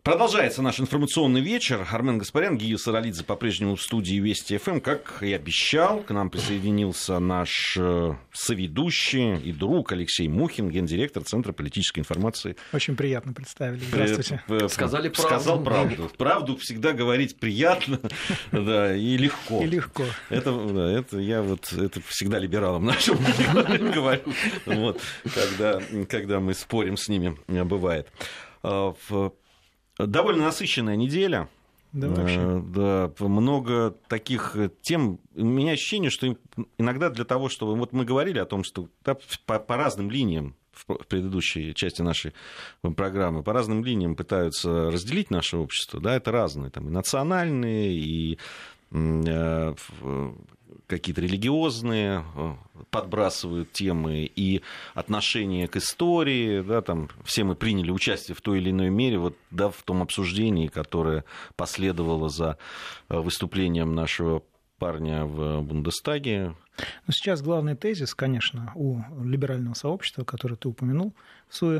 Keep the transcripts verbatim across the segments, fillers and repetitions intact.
Продолжается наш информационный вечер. Армен Гаспарян, Гия Саралидзе по-прежнему в студии Вести ФМ. Как и обещал, к нам присоединился наш соведущий и друг Алексей Мухин, гендиректор Центра политической информации. Очень приятно представили. Здравствуйте. Сказали правду. Сказал правду. Правду всегда говорить приятно, да, и легко. И легко. Это, да, это я вот это всегда либералам нашим говорю, вот, когда, когда мы спорим с ними, бывает. Довольно насыщенная неделя. Да, вообще. Да, много таких тем. У меня ощущение, что иногда для того, чтобы... Вот мы говорили о том, что да, по, по разным линиям в предыдущей части нашей программы, по разным линиям пытаются разделить наше общество. Да, это разные. Там, и национальные, и э, какие-то религиозные подбрасывают темы, и отношение к истории, да, там все мы приняли участие в той или иной мере вот, да, в том обсуждении, которое последовало за выступлением нашего парня в Бундестаге. Но сейчас главный тезис, конечно, у либерального сообщества, который ты упомянул в СУЭ,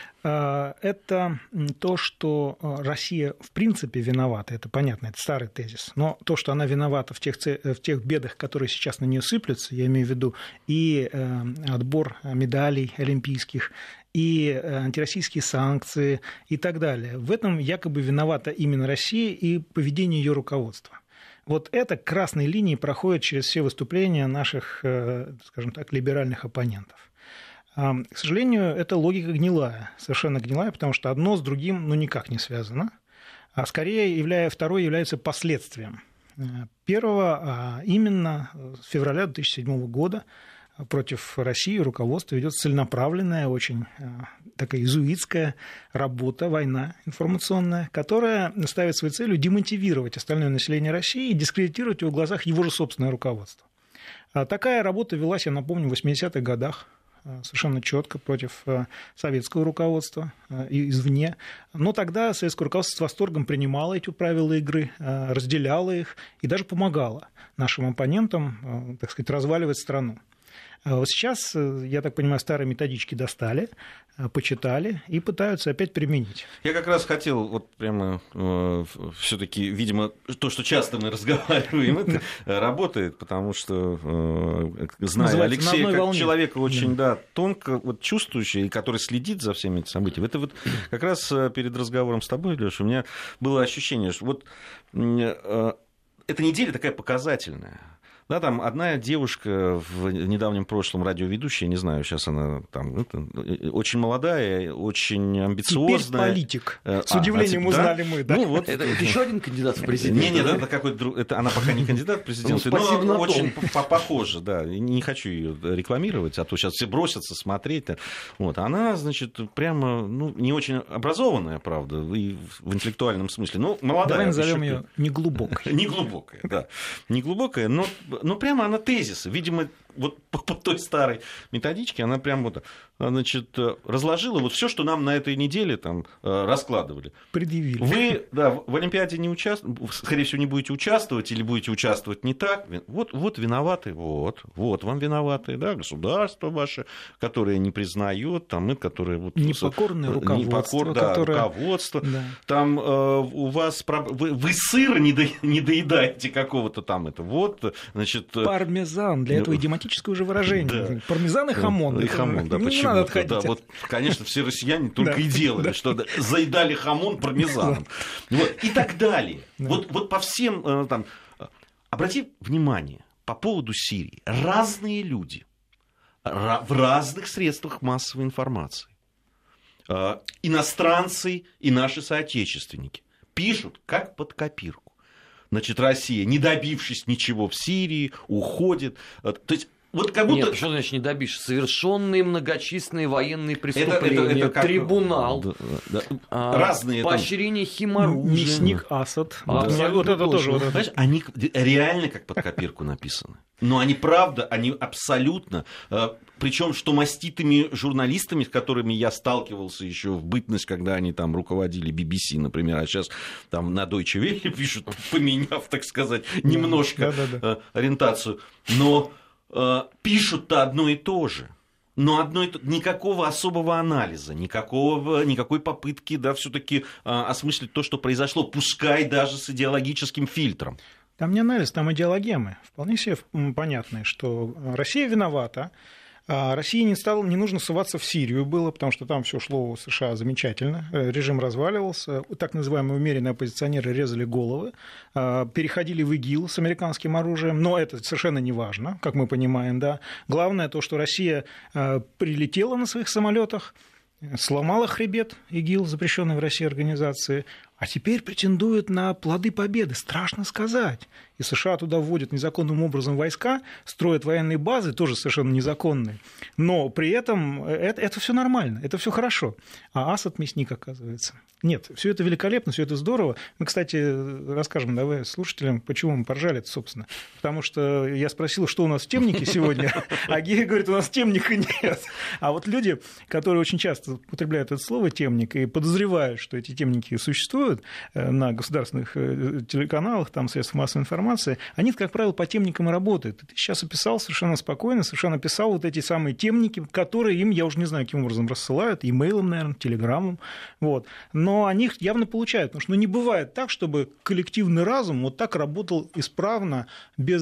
это то, что Россия в принципе виновата. Это понятно, это старый тезис. Но то, что она виновата в тех, в тех бедах, которые сейчас на нее сыплются, я имею в виду и отбор медалей олимпийских, и антироссийские санкции и так далее. В этом якобы виновата именно Россия и поведение ее руководства. Вот это красной линией проходит через все выступления наших, скажем так, либеральных оппонентов. К сожалению, эта логика гнилая, совершенно гнилая, потому что одно с другим ну, никак не связано, а скорее являя, второе является последствием. Первого, а именно с февраля две тысячи седьмого года против России руководство ведет целенаправленная, очень такая иезуитская работа, война информационная, которая ставит своей целью демотивировать остальное население России и дискредитировать его в глазах его же собственное руководство. Такая работа велась, я напомню, в восьмидесятых годах, совершенно четко против советского руководства извне. Но тогда советское руководство с восторгом принимало эти правила игры, разделяло их и даже помогало нашим оппонентам, так сказать, разваливать страну. Вот сейчас, я так понимаю, старые методички достали, почитали и пытаются опять применить. Я как раз хотел, вот прямо э, все-таки, видимо, то, что часто мы разговариваем, это работает, потому что, э, зная Алексея как человека очень да, тонко вот, чувствующий, и который следит за всеми этими событиями, это вот как раз перед разговором с тобой, Леша, у меня было ощущение, что вот э, эта неделя такая показательная. Да, там одна девушка в недавнем прошлом радиоведущая, не знаю, сейчас она там это, очень молодая, очень амбициозная. Теперь политик. С а, удивлением а, узнали да? мы, да. Ну, вот, это, это еще один кандидат в президенты. Нет, нет, это какой-то это она пока не кандидат в президенты, ну, но очень похожа, да. Не хочу ее рекламировать, а то сейчас все бросятся смотреть. Вот, она, значит, прямо, ну, не очень образованная, правда, и в интеллектуальном смысле, но молодая. Давай назовем ее неглубокой. Неглубокая, да, неглубокая, но Ну, прямо она тезисы. Видимо, вот по, по той старой методичке она прям вот, значит, разложила вот все, что нам на этой неделе там раскладывали. Предъявили. Вы, да, в Олимпиаде не участвуете, скорее всего, не будете участвовать или будете участвовать не так. Вот, вот виноваты, вот, вот вам виноваты, да, государство ваше, которое не признает, там, и которое... Вот, непокорное руководство. Непокор, да, которое... руководство. Да. Там э, у вас... Вы, вы сыр не, до, не доедаете какого-то там, это вот, значит... Пармезан, для этого идиоматическое уже выражение. Да. Пармезан и хамон. И хамон, да, не почему? Надо отходить. Да, вот, конечно, все россияне только и делали, что заедали хамон пармезаном. И так далее. Вот по всем там... Обрати внимание, по поводу Сирии. Разные люди в разных средствах массовой информации, иностранцы и наши соотечественники, пишут как под копирку. Значит, Россия, не добившись ничего в Сирии, уходит. То есть, вот как будто... Нет, что значит не добишься? Совершенные многочисленные военные преступления, это, это, это как... трибунал, да, да. А, разные поощрение там... химоружия. Мясник Асад. А, да. Вот это тоже. Вот это. Они реально как под копирку написаны. Но они правда, они абсолютно... Причем что маститыми журналистами, с которыми я сталкивался еще в бытность, когда они там руководили би би си, например, а сейчас там на Deutsche Welle пишут, поменяв, так сказать, немножко да, да, да. ориентацию. Но э, пишут-то одно и то же. Но одной, никакого особого анализа, никакого, никакой попытки, да, все-таки а, осмыслить то, что произошло, пускай даже с идеологическим фильтром. Там не анализ, там идеологемы. Вполне себе понятно, что Россия виновата. А России не, стало, не нужно ссылаться в Сирию было, потому что там все шло у США замечательно, режим разваливался, так называемые умеренные оппозиционеры резали головы, переходили в ИГИЛ с американским оружием, но это совершенно не важно, как мы понимаем, да. Главное то, что Россия прилетела на своих самолетах, сломала хребет ИГИЛ, запрещенной в России организации, а теперь претендует на плоды победы. Страшно сказать. И США туда вводят незаконным образом войска, строят военные базы, тоже совершенно незаконные. Но при этом это, это все нормально, это все хорошо. А Асад мясник, оказывается. Нет, все это великолепно, все это здорово. Мы, кстати, расскажем давай слушателям, почему мы поржали-то, собственно. Потому что я спросил, что у нас в темнике сегодня, а Гея говорит, у нас темника нет. А вот люди, которые очень часто употребляют это слово «темник» и подозревают, что эти темники существуют на государственных телеканалах, там, средствах массовой информации, они, как правило, по темникам и работают. Ты сейчас описал совершенно спокойно, совершенно описал вот эти самые темники, которые им, я уже не знаю, каким образом рассылают, имейлом, наверное, телеграммом, вот. Но они их явно получают, потому что ну, не бывает так, чтобы коллективный разум вот так работал исправно, без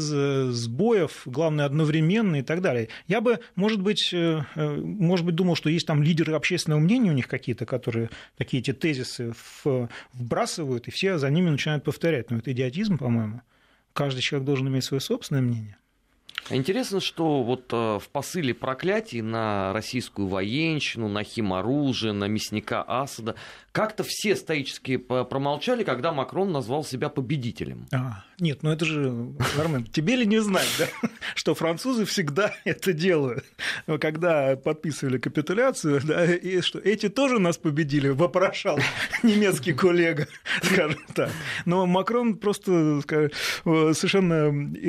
сбоев, главное, одновременно и так далее. Я бы, может быть, может быть, думал, что есть там лидеры общественного мнения у них какие-то, которые такие эти тезисы вбрасывают, и все за ними начинают повторять. Но это идиотизм, по-моему. Каждый человек должен иметь свое собственное мнение. Интересно, что вот в посыле проклятий на российскую военщину, на химоружие, на мясника Асада как-то все стоически промолчали, когда Макрон назвал себя победителем. А, нет, ну это же, Армен, тебе ли не знать, да, что французы всегда это делают. Когда подписывали капитуляцию, да, и что эти тоже нас победили, вопрошал немецкий коллега, скажем так. Но Макрон просто совершенно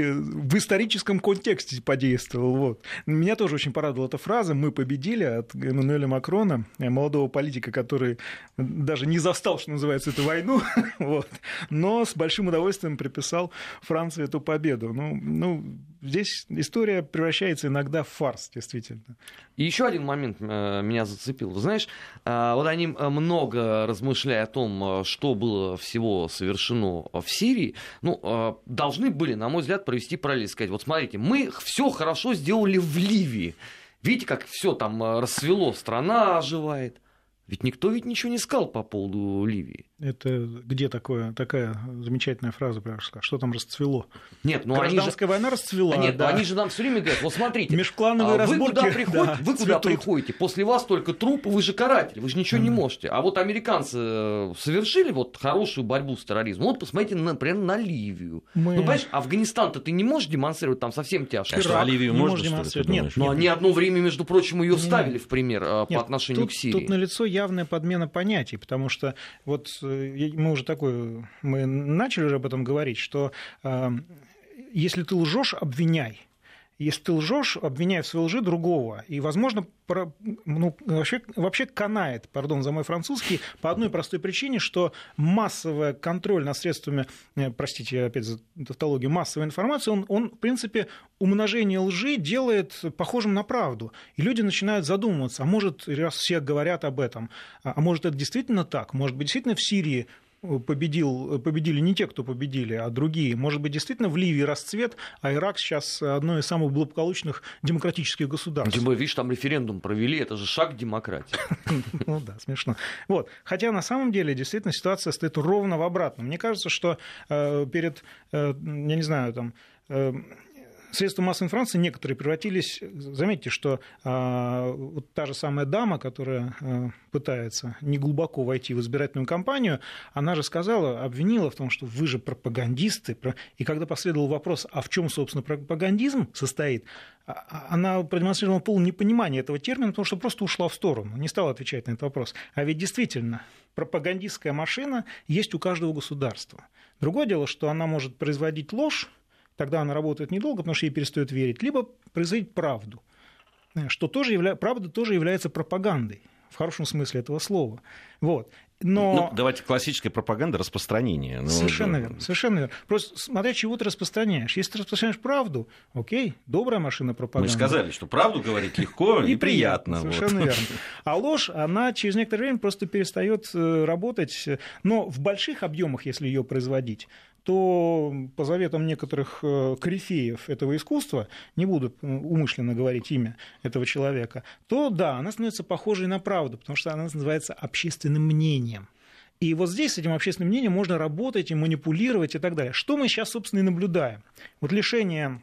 в историческом контексте подействовал. Вот. Меня тоже очень порадовала эта фраза «Мы победили» от Эммануэля Макрона, молодого политика, который даже не застал, что называется, эту войну, вот, но с большим удовольствием приписал Франции эту победу. Ну, ну, здесь история превращается иногда в фарс, действительно. И еще один момент меня зацепил. Знаешь, вот они много размышляя о том, что было всего совершено в Сирии, ну, должны были, на мой взгляд, провести параллель, сказать, вот смотрите, мы все хорошо сделали в Ливии. Видите, как все там расцвело, страна оживает. Ведь никто ведь ничего не сказал по поводу Ливии. Это где такое, такая замечательная фраза, что там расцвело? Нет, ну гражданская они же... война расцвела. Нет, да. но они же нам все время говорят, вот смотрите, межклановые вы разборки, куда, приходите, да, вы куда приходите? После вас только трупы, вы же каратели, вы же ничего mm. не можете. А вот американцы совершили вот хорошую борьбу с терроризмом. Вот посмотрите, например, на Ливию. Мы... Ну, понимаешь, Афганистан-то ты не можешь демонстрировать, там совсем тяжко. А а Ливию можно демонстрировать? Нет, нет. Но они одно время, между прочим, ее ставили в пример нет, по отношению тут, к Сирии. Тут налицо явная подмена понятий, потому что вот мы уже такое, мы начали уже об этом говорить, что э, если ты лжешь, обвиняй. Если ты лжешь, обвиняй в своей лжи другого. И, возможно, про, ну, вообще, вообще канает, пардон за мой французский, по одной простой причине, что массовый контроль над средствами, простите, опять за тавтологию, массовой информации, он, он, в принципе, умножение лжи делает похожим на правду. И люди начинают задумываться, а может, раз все говорят об этом, а может, это действительно так? Может быть, действительно в Сирии Победил, победили не те, кто победили, а другие. Может быть, действительно в Ливии расцвет, а Ирак сейчас одно из самых благополучных демократических государств. Тем более, видишь, там референдум провели, это же шаг к демократии. Ну да, смешно. Вот. Хотя на самом деле действительно ситуация стоит ровно в обратном. Мне кажется, что перед, я не знаю, там... Средства массовой информации некоторые превратились... Заметьте, что а, вот та же самая дама, которая а, пытается неглубоко войти в избирательную кампанию, она же сказала, обвинила в том, что вы же пропагандисты. И когда последовал вопрос, а в чем, собственно, пропагандизм состоит, она продемонстрировала полное непонимание этого термина, потому что просто ушла в сторону, не стала отвечать на этот вопрос. А ведь действительно, пропагандистская машина есть у каждого государства. Другое дело, что она может производить ложь, тогда она работает недолго, потому что ей перестают верить, либо производить правду, что тоже явля... правда тоже является пропагандой, в хорошем смысле этого слова. Вот. Но... Ну, давайте классическая пропаганда распространения. Ну, совершенно да. верно, совершенно верно. Просто смотря чего ты распространяешь. Если ты распространяешь правду, окей, добрая машина пропаганды. Мы же сказали, что правду говорить легко и приятно. Совершенно вот. верно. А ложь, она через некоторое время просто перестает работать. Но в больших объемах, если ее производить, то по заветам некоторых корифеев этого искусства, не буду умышленно говорить имя этого человека, то да, она становится похожей на правду, потому что она называется общественным мнением. И вот здесь с этим общественным мнением можно работать и манипулировать и так далее. Что мы сейчас, собственно, и наблюдаем? Вот лишение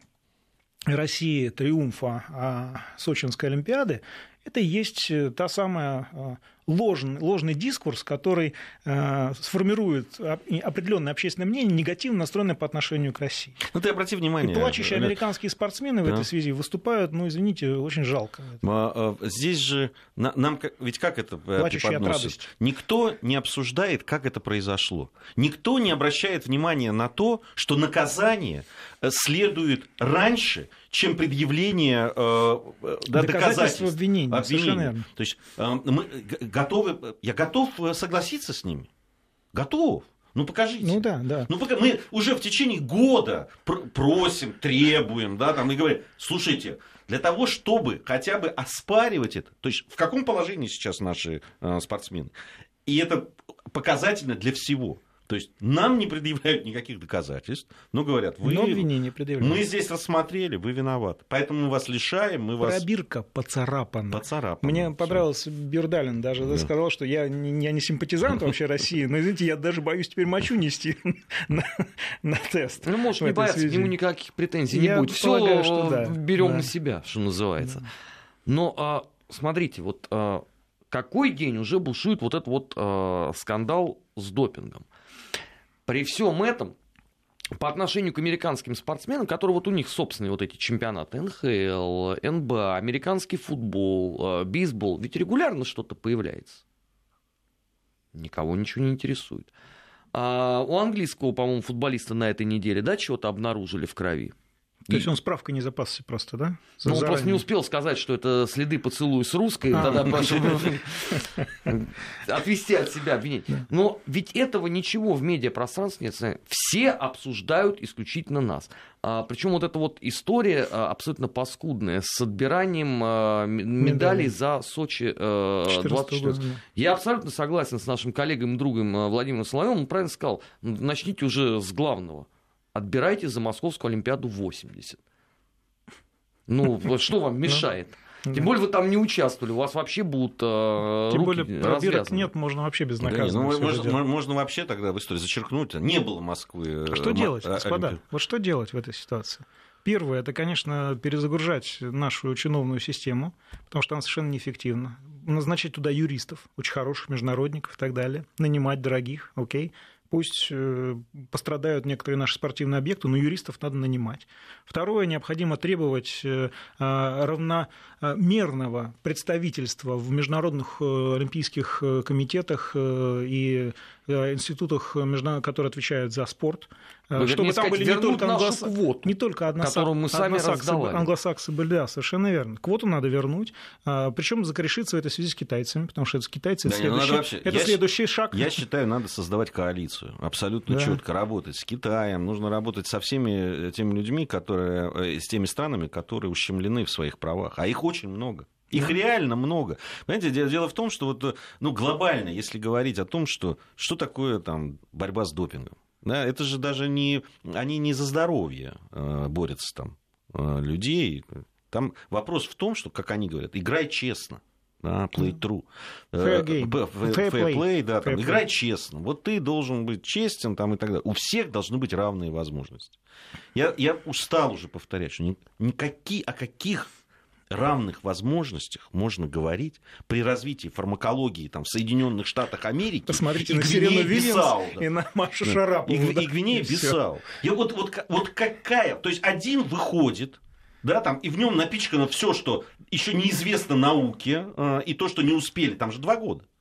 России триумфа Сочинской Олимпиады – это и есть та самая ложный, ложный дискурс, который э, сформирует определенное общественное мнение, негативно настроенное по отношению к России. Ну, ты обрати внимание. И плачущие американские спортсмены да. в этой связи выступают, ну, извините, очень жалко. А, а, здесь же нам, ведь как это плачущие от радости. Никто не обсуждает, как это произошло. Никто не обращает внимания на то, что наказание следует раньше, чем предъявление э, да, доказательств обвинения. обвинения. То есть э, мы готовы, я готов согласиться с ними. Готов. Ну покажите. Ну да, да. Ну, пока мы уже в течение года пр- просим, требуем, да, там, и говорим, слушайте, для того, чтобы хотя бы оспаривать это, то есть в каком положении сейчас наши э, спортсмены, и это показательно для всего. То есть нам не предъявляют никаких доказательств, но говорят, вы, но обвинение предъявляют. Мы здесь рассмотрели, вы виноваты. Поэтому мы вас лишаем, мы вас... Пробирка поцарапана. Поцарапана. Мне понравился Бюрдалин даже да. сказал, что я не, я не симпатизант вообще России, но, извините, я даже боюсь теперь мочу нести на, на тест. Ну, может, не бояться, к нему никаких претензий не будет. Все берем да. на себя, что называется. Да. Но а, смотрите, вот а, какой день уже бушует вот этот вот а, скандал с допингом. При всем этом, по отношению к американским спортсменам, которые вот у них собственные вот эти чемпионаты эн ха эл, эн бэ а, американский футбол, бейсбол, ведь регулярно что-то появляется. Никого ничего не интересует. А у английского, по-моему, футболиста на этой неделе, да, чего-то обнаружили в крови. То есть он справкой не запасся просто, да? За ну, он заранее. Просто не успел сказать, что это следы поцелуя с русской, а, тогда прошу отвести от себя обвинение. Но ведь этого ничего в медиапространстве нет. Все обсуждают исключительно нас. Причем вот эта вот история абсолютно паскудная с отбиранием медалей за Сочи двадцать четырнадцать. Я абсолютно согласен с нашим коллегой и другом Владимиром Соловьевым. Он правильно сказал, начните уже с главного. Отбирайте за Московскую Олимпиаду восемьдесят. Ну, что вам мешает? Тем более вы там не участвовали, у вас вообще будут э, Тем руки более пробирок нет, можно вообще безнаказанно. Да, ну, можно, можно вообще тогда в истории зачеркнуть, не было Москвы. А что м- делать, а- господа? Олимпи... Вот что делать в этой ситуации? Первое, это, конечно, перезагружать нашу чиновную систему, потому что она совершенно неэффективна. Назначать туда юристов, очень хороших международников и так далее, нанимать дорогих, окей. Пусть э, пострадают некоторые наши спортивные объекты, но юристов надо нанимать. Второе, необходимо требовать э, равномерного представительства в международных э, олимпийских комитетах э, и э, институтах, которые отвечают за спорт. Вы чтобы там были не только, англос... квоту, не только односак... мы сами англосаксы, англосаксы были, да, совершенно верно. Квоту надо вернуть, причем закорешиться в этой связи с китайцами, потому что это китайцы, это, да, следующий... вообще... это я следующий щ... шаг. Я считаю, надо создавать коалицию, абсолютно да. четко работать с Китаем, нужно работать со всеми теми людьми, которые, с теми странами, которые ущемлены в своих правах, а их очень много. Их да. реально много. Понимаете, дело в том, что вот, ну, глобально, если говорить о том, что, что такое там, борьба с допингом, да, это же даже не... Они не за здоровье э, борются там э, людей. Там вопрос в том, что, как они говорят, играй честно. Да, play true. Fair game. Fair, fair play, play, да, там, fair играй play. Честно. Вот ты должен быть честен там, и так далее. У всех должны быть равные возможности. Я, я устал уже повторять, что никакие, о каких равных возможностях можно говорить при развитии фармакологии там, в Соединенных Штатах Америки. Посмотрите и на Сирену Вильямс и на Машу да. Шарапову. И, да. и Гвинея-Бисау. И вот, вот, вот какая... То есть один выходит, да, там, и в нем напичкано все, что еще неизвестно науке, э, и то, что не успели. Там же два года.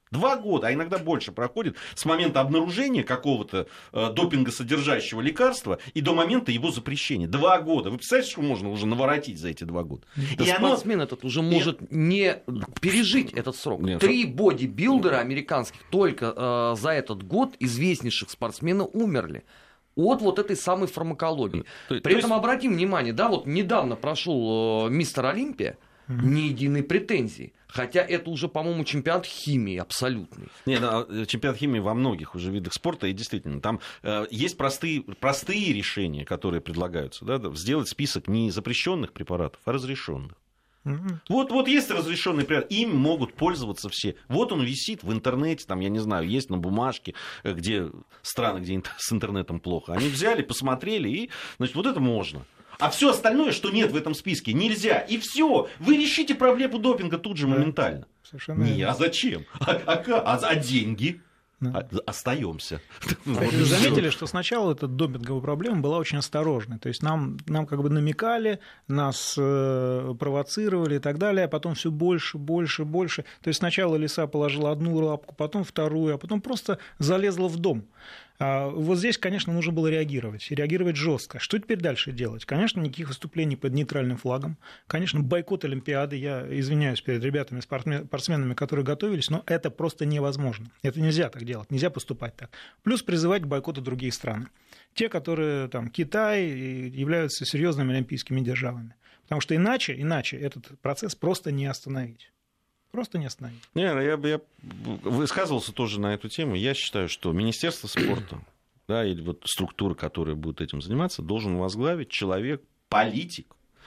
Два года, а иногда больше проходит с момента обнаружения какого-то э, допингосодержащего лекарства и до момента его запрещения. Два года. Вы представляете, что можно уже наворотить за эти два года? Да, и спортсмен оно... этот уже может Нет. не пережить этот срок. Нет. Три бодибилдера американских только э, за этот год известнейших спортсменов умерли от вот этой самой фармакологии. То, При то этом есть... обратим внимание, да, вот недавно прошел э, мистер Олимпия, mm-hmm. ни единой претензии. Хотя это уже, по-моему, чемпионат химии абсолютный. Нет, да, чемпионат химии во многих уже видах спорта, и действительно, там э, есть простые, простые решения, которые предлагаются. Да, сделать список не запрещенных препаратов, а разрешенных. Mm-hmm. Вот, вот есть разрешенный препарат, им могут пользоваться все. Вот он висит в интернете, там, я не знаю, есть на бумажке, где страны, где с интернетом плохо. Они взяли, посмотрели, и, значит, вот это можно. А все остальное, что нет в этом списке, нельзя. И все. Вы решите проблему допинга тут же моментально. Совершенно не, а зачем? А, а, а, а деньги? Да. Остаемся. Вы заметили, что сначала эта допинговая проблема была очень осторожной. То есть нам, нам как бы намекали, нас э, провоцировали и так далее, а потом все больше, больше, больше. То есть сначала лиса положила одну лапку, потом вторую, а потом просто залезла в дом. Вот здесь, конечно, нужно было реагировать, и реагировать жестко. Что теперь дальше делать? Конечно, никаких выступлений под нейтральным флагом. Конечно, бойкот Олимпиады. Я извиняюсь перед ребятами, спортсменами, которые готовились, но это просто невозможно. Это нельзя так делать, нельзя поступать так. Плюс призывать к бойкоту другие страны. Те, которые, там, Китай, являются серьезными олимпийскими державами. Потому что иначе, иначе этот процесс просто не остановить. Просто не остановить. Не, я, я высказывался тоже на эту тему. Я считаю, что Министерство спорта, да, или вот структура, которая будет этим заниматься, должен возглавить человек, политик,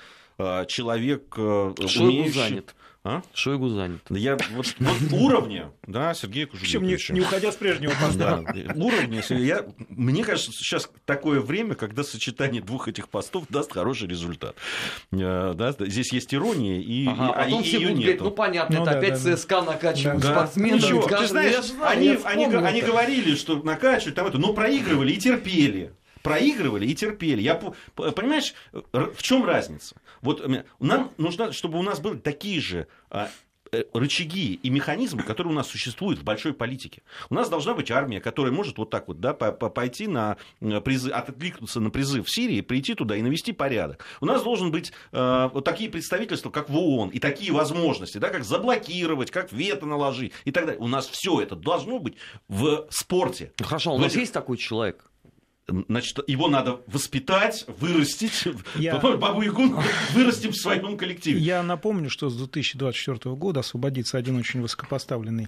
человек, умеющий... занят. А? Шойгу занят. Я, вот, вот уровня, да, Сергея Кужугетовича. Не, не уходя с прежнего поста. Да, уровня, я, мне кажется, сейчас такое время, когда сочетание двух этих постов даст хороший результат. Да, здесь есть ирония, и, ага, и, а потом и все будут говорить, ну понятно, ну, это да, опять да, ЦСКА накачивают да, спортсменов. Да. Ничего, ты знаешь, знаю, они, они, они говорили, что накачивают, там это, но проигрывали и терпели. Проигрывали и терпели. Я, понимаешь, в чем разница? Вот нам нужно, чтобы у нас были такие же рычаги и механизмы, которые у нас существуют в большой политике. У нас должна быть армия, которая может вот так вот, да, пойти на призыв, откликнуться на призыв в Сирии, прийти туда и навести порядок. У нас должен быть э, вот такие представительства, как в ООН, и такие возможности, да, как заблокировать, как вето наложить и так далее. У нас все это должно быть в спорте. Хорошо, у нас есть такой человек? Значит, его надо воспитать, вырастить, я... бабу-ягу вырастим в своем коллективе. Я напомню, что с две тысячи двадцать четвёртого года освободится один очень высокопоставленный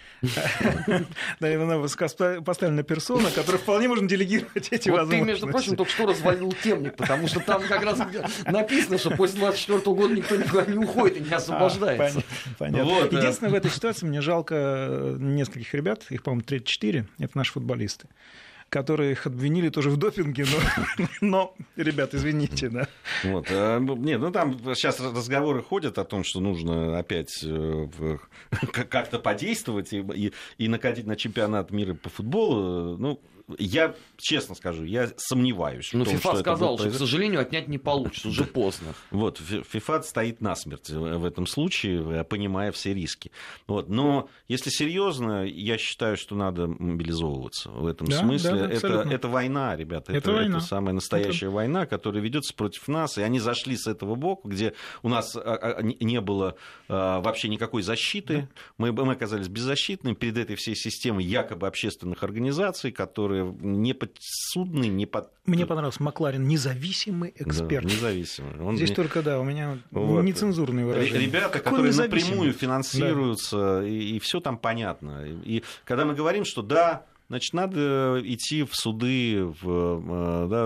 наверное, высокопоставленная персона, которая вполне может делегировать эти вот возможности. Ты, между прочим, только что развалил темник, потому что там как раз написано, что после двадцать четвёртого года никто никуда не уходит и не освобождается. А, понятно. Вот, единственное, да. В этой ситуации мне жалко нескольких ребят, их, по-моему, тридцать четыре, это наши футболисты, которые их обвинили тоже в допинге, но, но ребят, извините, да. Вот, а, нет, ну там сейчас разговоры ходят о том, что нужно опять как-то подействовать и, и, и накатить на чемпионат мира по футболу. Ну, я честно скажу, я сомневаюсь. Но ФИФА сказал, что, к сожалению, отнять не получится, уже поздно. Вот, ФИФА стоит насмерть в этом случае, понимая все риски. Вот, но если серьезно, я считаю, что надо мобилизовываться в этом да, смысле. Да, да, это, это война, ребята, это, это, война. Это самая настоящая это... война, которая ведется против нас, и они зашли с этого бока, где у нас не было вообще никакой защиты, да. мы, мы оказались беззащитными перед этой всей системой якобы общественных организаций, которые не подсудны, не под... Мне понравился Макларен, независимый эксперт. Да, независимый. Он Здесь не... только, да, у меня вот. Нецензурные выражения. Ребята, Какой которые напрямую финансируются, да. и, и все там понятно. И когда мы говорим, что да, значит, надо идти в суды, в, да,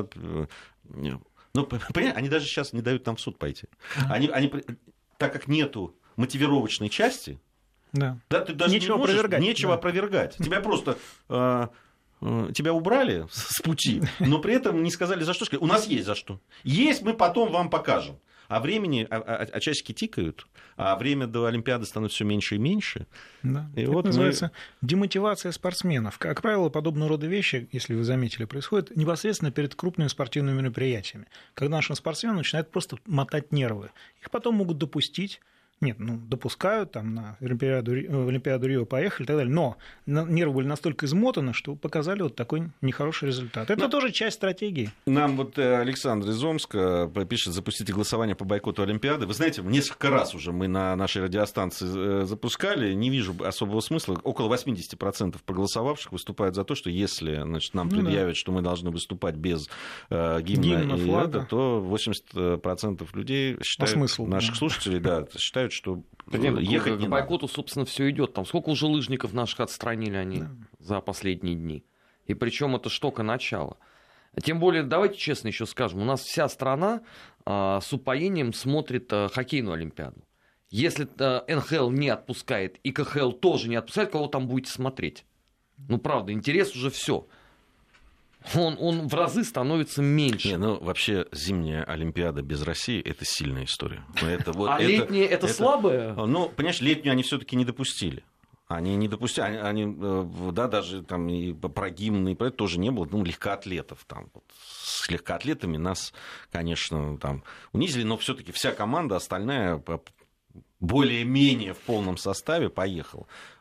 ну, понимаете, они даже сейчас не дают нам в суд пойти. Они, они, так как нету мотивировочной части, да. Да, ты даже нечего не можешь, опровергать. Нечего да. опровергать. Тебя просто... Э, э, тебя убрали с пути, но при этом не сказали, за что. Сказали, у нас есть за что. Есть, мы потом вам покажем. А времени, а, а, а часики тикают, а время до Олимпиады становится все меньше и меньше. Да. И это вот называется мы... демотивация спортсменов. Как правило, подобного рода вещи, если вы заметили, происходят непосредственно перед крупными спортивными мероприятиями, когда нашим спортсменам начинают просто мотать нервы. Их потом могут допустить Нет, ну, допускают, там на Олимпиаду, в Олимпиаду Рио поехали и так далее, но нервы были настолько измотаны, что показали вот такой нехороший результат. Это но... тоже часть стратегии. Нам вот Александр из Омска пишет: запустите голосование по бойкоту Олимпиады. Вы знаете, несколько раз уже мы на нашей радиостанции запускали, не вижу особого смысла. Около восемьдесят процентов проголосовавших выступают за то, что если, значит, нам ну, предъявят, да. что мы должны выступать без э, гимна, гимна и флага, это, то восемьдесят процентов людей считают, смыслу, наших да. слушателей, да, считают, что да нет, ехать не к бойкоту, собственно, все идет. Там сколько уже лыжников наших отстранили они да. за последние дни. И причем это ж только начало. Тем более, давайте честно еще скажем, у нас вся страна а, с упоением смотрит а, хоккейную Олимпиаду. Если а, эн ха эл не отпускает и ка ха эл тоже не отпускает, кого там будете смотреть? Ну, правда, интерес уже все. Он, он в разы становится меньше. Не, ну, вообще, зимняя Олимпиада без России – это сильная история. Это, вот, а это, летняя – это, это слабая? Ну, понимаешь, летнюю они все-таки не допустили. Они не допустили, они, они, да, даже там и про гимны, и про это тоже не было, ну, легкоатлетов там. Вот. С легкоатлетами нас, конечно, там унизили, но все-таки вся команда остальная более-менее в полном составе поехала,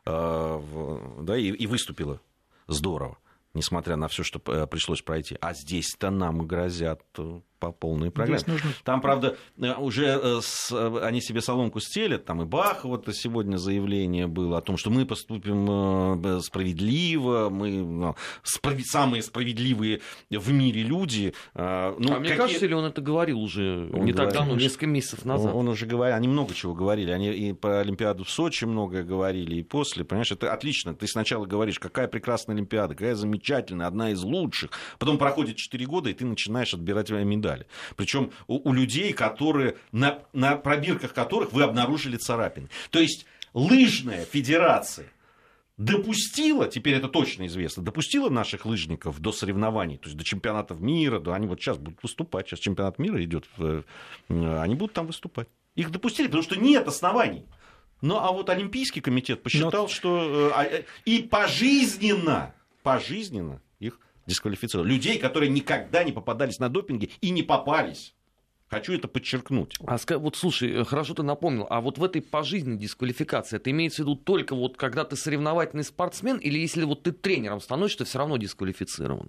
да, и, и выступила здорово, несмотря на все, что пришлось пройти. А здесь-то нам грозят по полной программе. Нужно... Там, правда, уже с... они себе соломку стелят, там и Бах, вот сегодня заявление было о том, что мы поступим справедливо, мы ну, справ... самые справедливые в мире люди. Ну, а какие... мне кажется, или он это говорил уже он не так давно, несколько месяцев назад? Он, он уже говорил, они много чего говорили, они и про Олимпиаду в Сочи многое говорили, и после, понимаешь, это отлично, ты сначала говоришь, какая прекрасная Олимпиада, какая замечательная, одна из лучших, потом проходит четыре года, и ты начинаешь отбирать медали. Причем у, у людей, которые, на, на пробирках которых вы обнаружили царапины. То есть лыжная федерация допустила, теперь это точно известно, допустила наших лыжников до соревнований, то есть до чемпионатов мира, до, они вот сейчас будут выступать, сейчас чемпионат мира идет, они будут там выступать. Их допустили, потому что нет оснований. Ну а вот Олимпийский комитет посчитал, Но... что и пожизненно, пожизненно их дисквалифицировали. Людей, которые никогда не попадались на допинге и не попались. Хочу это подчеркнуть. А вот слушай, хорошо ты напомнил, а вот в этой пожизненной дисквалификации это имеется в виду только вот когда ты соревновательный спортсмен, или если вот ты тренером становишься, ты все равно дисквалифицирован?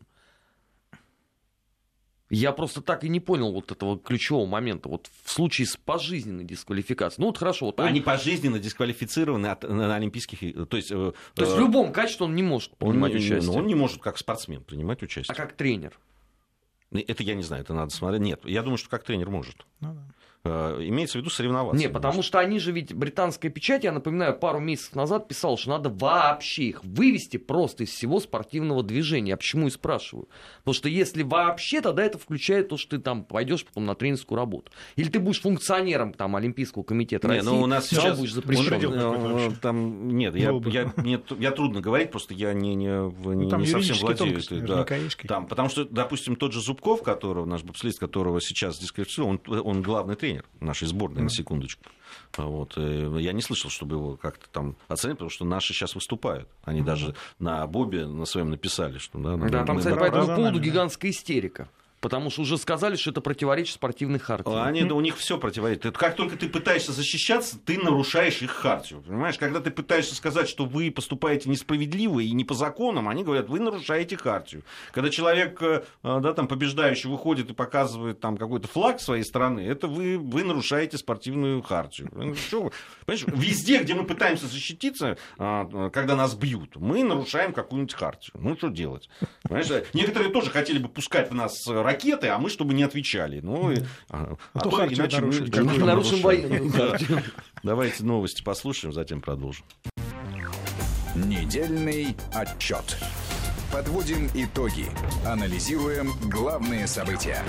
Я просто так и не понял вот этого ключевого момента. Вот в случае с пожизненной дисквалификацией. Ну вот хорошо. Вот он... Они пожизненно дисквалифицированы от, на Олимпийских... То есть, то есть в любом качестве он не может принимать он, участие? Он не может как спортсмен принимать участие. А как тренер? Это я не знаю, это надо смотреть. Нет, я думаю, что как тренер может. Ну, да. Имеется в виду соревноваться. Нет, потому что они же ведь, британская печать, я напоминаю, пару месяцев назад писала, что надо вообще их вывести просто из всего спортивного движения. Я почему и спрашиваю. Потому что если вообще, тогда это включает то, что ты там пойдешь потом на тренерскую работу. Или ты будешь функционером там, Олимпийского комитета России, не, ну, у нас сейчас будешь запрещен. Там, нет, я, я, мне, я трудно говорить, просто я не, не, не, ну, не совсем владею. Да, там, потому что, допустим, тот же Зубков, которого, наш бобслист, которого сейчас дисквалифицирован, он, он главный тренер нашей сборной, mm. на секундочку. Вот. Я не слышал, чтобы его как-то там оценили, потому что наши сейчас выступают. Они mm. даже на Бобе на своем написали, что... Да, да там, кстати, по этому поводу гигантская истерика. Потому что уже сказали, что это противоречит спортивной хартии. Они, да, у них все противоречит. Как только ты пытаешься защищаться, ты нарушаешь их хартию. Понимаешь, когда ты пытаешься сказать, что вы поступаете несправедливо и не по законам, они говорят, вы нарушаете хартию. Когда человек, да, там, побеждающий выходит и показывает там какой-то флаг своей страны, это вы, вы нарушаете спортивную хартию. Что? Понимаешь, везде, где мы пытаемся защититься, когда нас бьют, мы нарушаем какую-нибудь хартию. Ну, что делать? Понимаешь, некоторые тоже хотели бы пускать в нас ракеты, а мы чтобы не отвечали. Ну, и, а, а, а то, то иначе нарушим, мы, мы нарушим военную. Да. Давайте новости послушаем, затем продолжим. Недельный отчет. Подводим итоги. Анализируем главные события.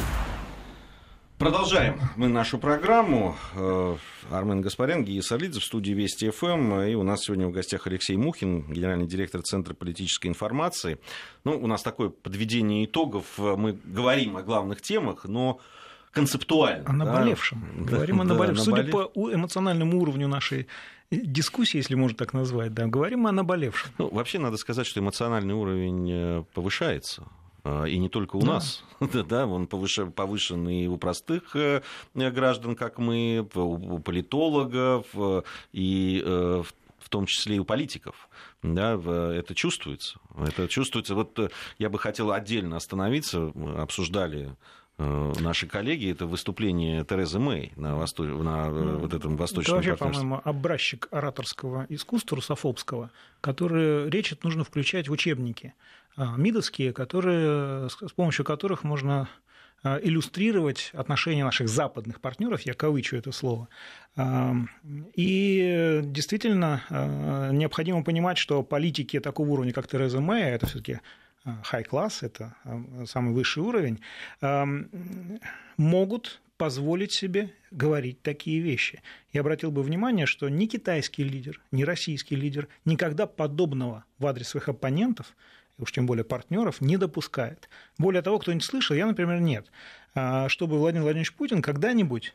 Продолжаем мы нашу программу. Армен Гаспарян, Гия Сарлидзе в студии Вести ФМ. И у нас сегодня в гостях Алексей Мухин, генеральный директор Центра политической информации. Ну, у нас такое подведение итогов. Мы говорим о главных темах, но концептуально. О наболевшем. Да? Говорим о наболевшем. Судя по эмоциональному уровню нашей дискуссии, если можно так назвать, да, говорим о наболевшем. Ну, вообще надо сказать, что эмоциональный уровень повышается. И не только у да. нас. Да, он повышен, повышен и у простых граждан, как мы, у политологов, и в том числе и у политиков. Да, это чувствуется. Это чувствуется. Вот я бы хотел отдельно остановиться. Обсуждали наши коллеги, это выступление Терезы Мэй на, восто... на ну, вот этом восточном партнерстве. Это вообще, партнерстве. по-моему, образчик ораторского искусства русофобского, который речь нужно включать в учебники МИДовские, которые, с помощью которых можно иллюстрировать отношения наших западных партнеров, я кавычу это слово. И действительно необходимо понимать, что политики такого уровня, как Тереза Мэй, это все-таки high-class, это самый высший уровень, могут позволить себе говорить такие вещи. Я обратил бы внимание, что ни китайский лидер, ни российский лидер никогда подобного в адрес своих оппонентов, уж тем более партнеров, не допускает. Более того, кто-нибудь слышал, я, например, нет, чтобы Владимир Владимирович Путин когда-нибудь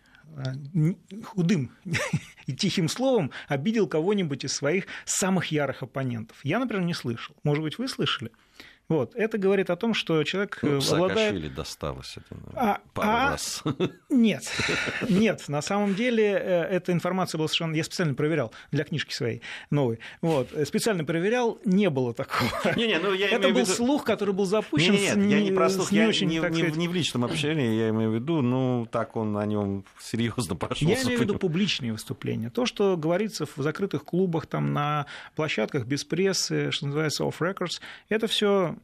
худым и тихим словом обидел кого-нибудь из своих самых ярых оппонентов. Я, например, не слышал. Может быть, вы слышали? Вот. Это говорит о том, что человек ну, обладает... Саакашвили досталось это а, пару а... раз. Нет, нет, на самом деле эта информация была совершенно... Я специально проверял для книжки своей новой. Вот. Специально проверял, не было такого. Не, не, ну, я это был виду... слух, который был запущен. Нет, нет, с... я не про слух, не, я очень, не, не, не в личном общении, я имею в виду, ну, так он о нем серьезно прошел. Я имею в виду публичные выступления. То, что говорится в закрытых клубах, там, на площадках без прессы, что называется off records, это все...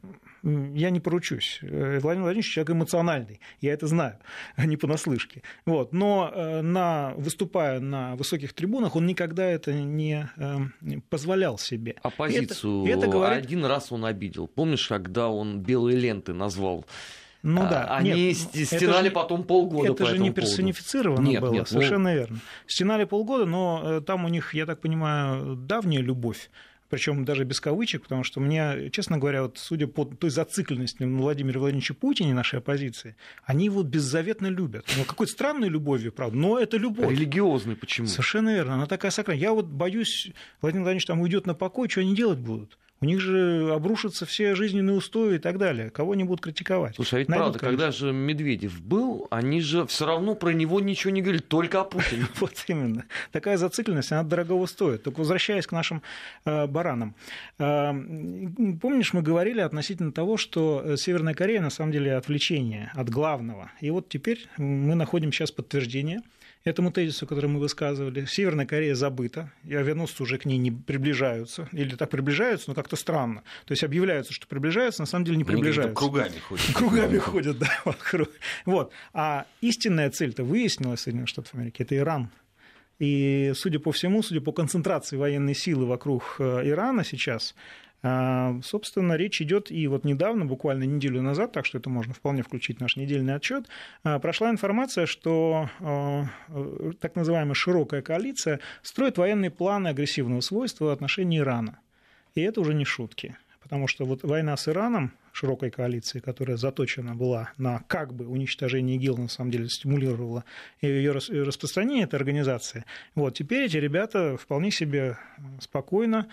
Я не поручусь. Владимир Владимирович человек эмоциональный, я это знаю, а не понаслышке. Вот. Но на, выступая на высоких трибунах, он никогда это не позволял себе. Оппозицию это, это говорит... один раз он обидел. Помнишь, когда он белые ленты назвал? Ну да. Они нет, стенали это потом полгода. Это по же не поводу. персонифицировано нет, было, нет, совершенно ну... верно. Стенали полгода, но там у них, я так понимаю, давняя любовь. Причем даже без кавычек, потому что мне, честно говоря, вот, судя по той зацикленности на Владимире Владимировиче Путине, нашей оппозиции, они его беззаветно любят. Ну, какой-то странной любовью, правда, но это любовь. Религиозной почему? Совершенно верно, она такая сакральная. Я вот боюсь, Владимир Владимирович там уйдет на покой, что они делать будут? У них же обрушатся все жизненные устои и так далее. Кого не будут критиковать? Слушай, а ведь Найдут, правда, конечно. когда же Медведев был, они же все равно про него ничего не говорили, только о Путине. Вот именно. Такая зацикленность, она дорогого стоит. Только возвращаясь к нашим э, баранам. Э, помнишь, мы говорили относительно того, что Северная Корея на самом деле отвлечение от главного. И вот теперь мы находим сейчас подтверждение этому тезису, который мы высказывали. Северная Корея забыта, и авианосцы уже к ней не приближаются, или так приближаются, но как-то странно. То есть объявляются, что приближаются, на самом деле не приближаются. Кругами ходят. Кругами ходят, да, вокруг. Вот. А истинная цель-то выяснилась в Соединенных Штатах Америки, это Иран. И, судя по всему, судя по концентрации военной силы вокруг Ирана сейчас, собственно, речь идет, и вот недавно, буквально неделю назад, так что это можно вполне включить в наш недельный отчет, прошла информация, что так называемая широкая коалиция строит военные планы агрессивного свойства в отношении Ирана. И это уже не шутки, потому что вот война с Ираном, широкой коалиции, которая заточена была на как бы уничтожение ИГИЛ, на самом деле стимулировала ее распространение, этой организации, вот, теперь эти ребята вполне себе спокойно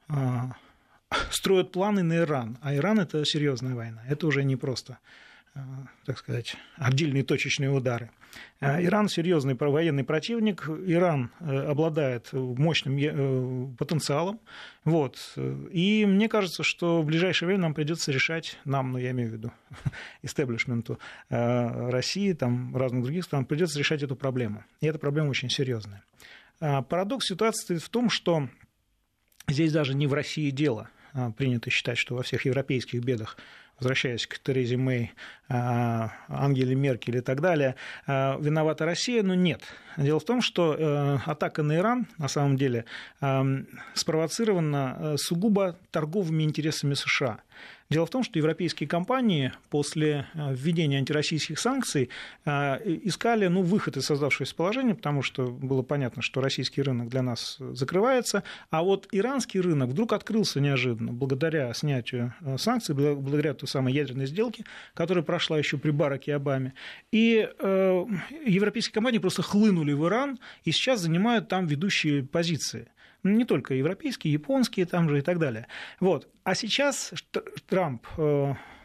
строят планы на Иран. А Иран – это серьезная война. Это уже не просто, так сказать, отдельные точечные удары. Иран – серьезный военный противник. Иран обладает мощным потенциалом. Вот. И мне кажется, что в ближайшее время нам придется решать, нам, ну я имею в виду, истеблишменту России, там, разных других стран, придется решать эту проблему. И эта проблема очень серьезная. Парадокс ситуации в том, что здесь даже не в России дело. Принято считать, что во всех европейских бедах, возвращаясь к Терезе Мэй, Ангеле Меркель и так далее, виновата Россия, но нет. Дело в том, что атака на Иран, на самом деле, спровоцирована сугубо торговыми интересами США. Дело в том, что европейские компании после введения антироссийских санкций искали ну, выход из создавшегося положения, потому что было понятно, что российский рынок для нас закрывается, а вот иранский рынок вдруг открылся неожиданно благодаря снятию санкций, благодаря той самой ядерной сделке, которая прошла еще при Бараке Обаме. И э, европейские компании просто хлынули в Иран и сейчас занимают там ведущие позиции. Не только европейские, японские там же и так далее. Вот. А сейчас Трамп э,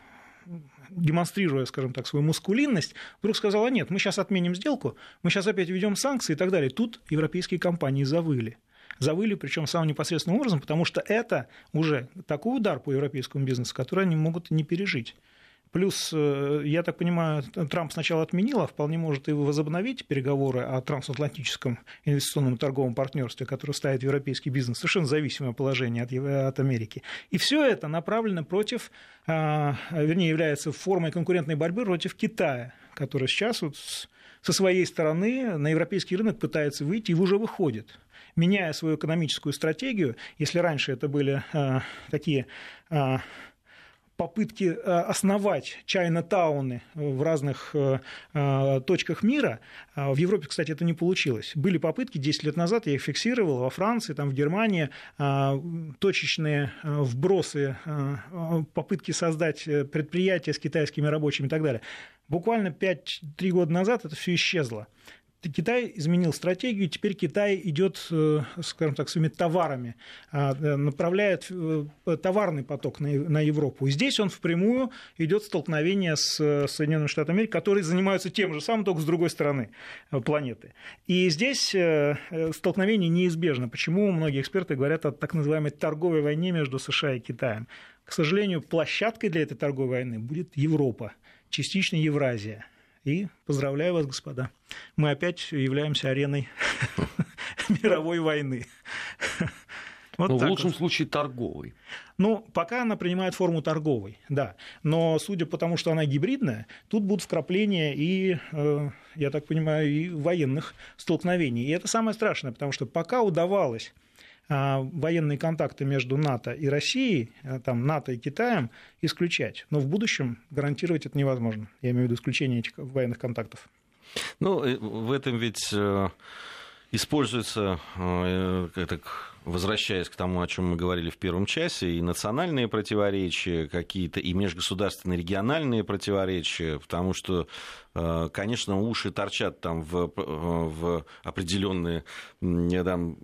демонстрируя, скажем так, свою мускулинность, вдруг сказала: нет, мы сейчас отменим сделку, мы сейчас опять введем санкции и так далее. Тут европейские компании завыли. Завыли, причем самым непосредственным образом, потому что это уже такой удар по европейскому бизнесу, который они могут не пережить. Плюс, я так понимаю, Трамп сначала отменил, а вполне может и возобновить переговоры о трансатлантическом инвестиционном торговом партнерстве, которое ставит европейский бизнес в совершенно зависимое положение от, от Америки. И все это направлено против, вернее, является формой конкурентной борьбы против Китая, который сейчас вот со своей стороны на европейский рынок пытается выйти и уже выходит, меняя свою экономическую стратегию. Если раньше это были такие попытки основать чайна-тауны в разных точках мира. В Европе, кстати, это не получилось. Были попытки десять лет назад, я их фиксировал, во Франции, там, в Германии, точечные вбросы, попытки создать предприятия с китайскими рабочими и так далее. Буквально пять-три года назад это все исчезло. Китай изменил стратегию, теперь Китай идет, скажем так, своими товарами, направляет товарный поток на Европу. И здесь он впрямую идет в столкновение с Соединенными Штатами Америки, которые занимаются тем же самым, только с другой стороны планеты. И здесь столкновение неизбежно. Почему многие эксперты говорят о так называемой торговой войне между США и Китаем? К сожалению, площадкой для этой торговой войны будет Европа, частично Евразия. И поздравляю вас, господа, мы опять являемся ареной мировой войны. Вот Но в лучшем вот. случае торговой. Ну, пока она принимает форму торговой, да. Но судя по тому, что она гибридная, тут будут вкрапления и, я так понимаю, и военных столкновений. И это самое страшное, потому что пока удавалось военные контакты между НАТО и Россией, там, НАТО и Китаем исключать. Но в будущем гарантировать это невозможно. Я имею в виду исключение этих военных контактов. Ну, в этом ведь используется, так, возвращаясь к тому, о чем мы говорили в первом часе, и национальные противоречия какие-то, и межгосударственные региональные противоречия, потому что, конечно, уши торчат там в, в определенные там,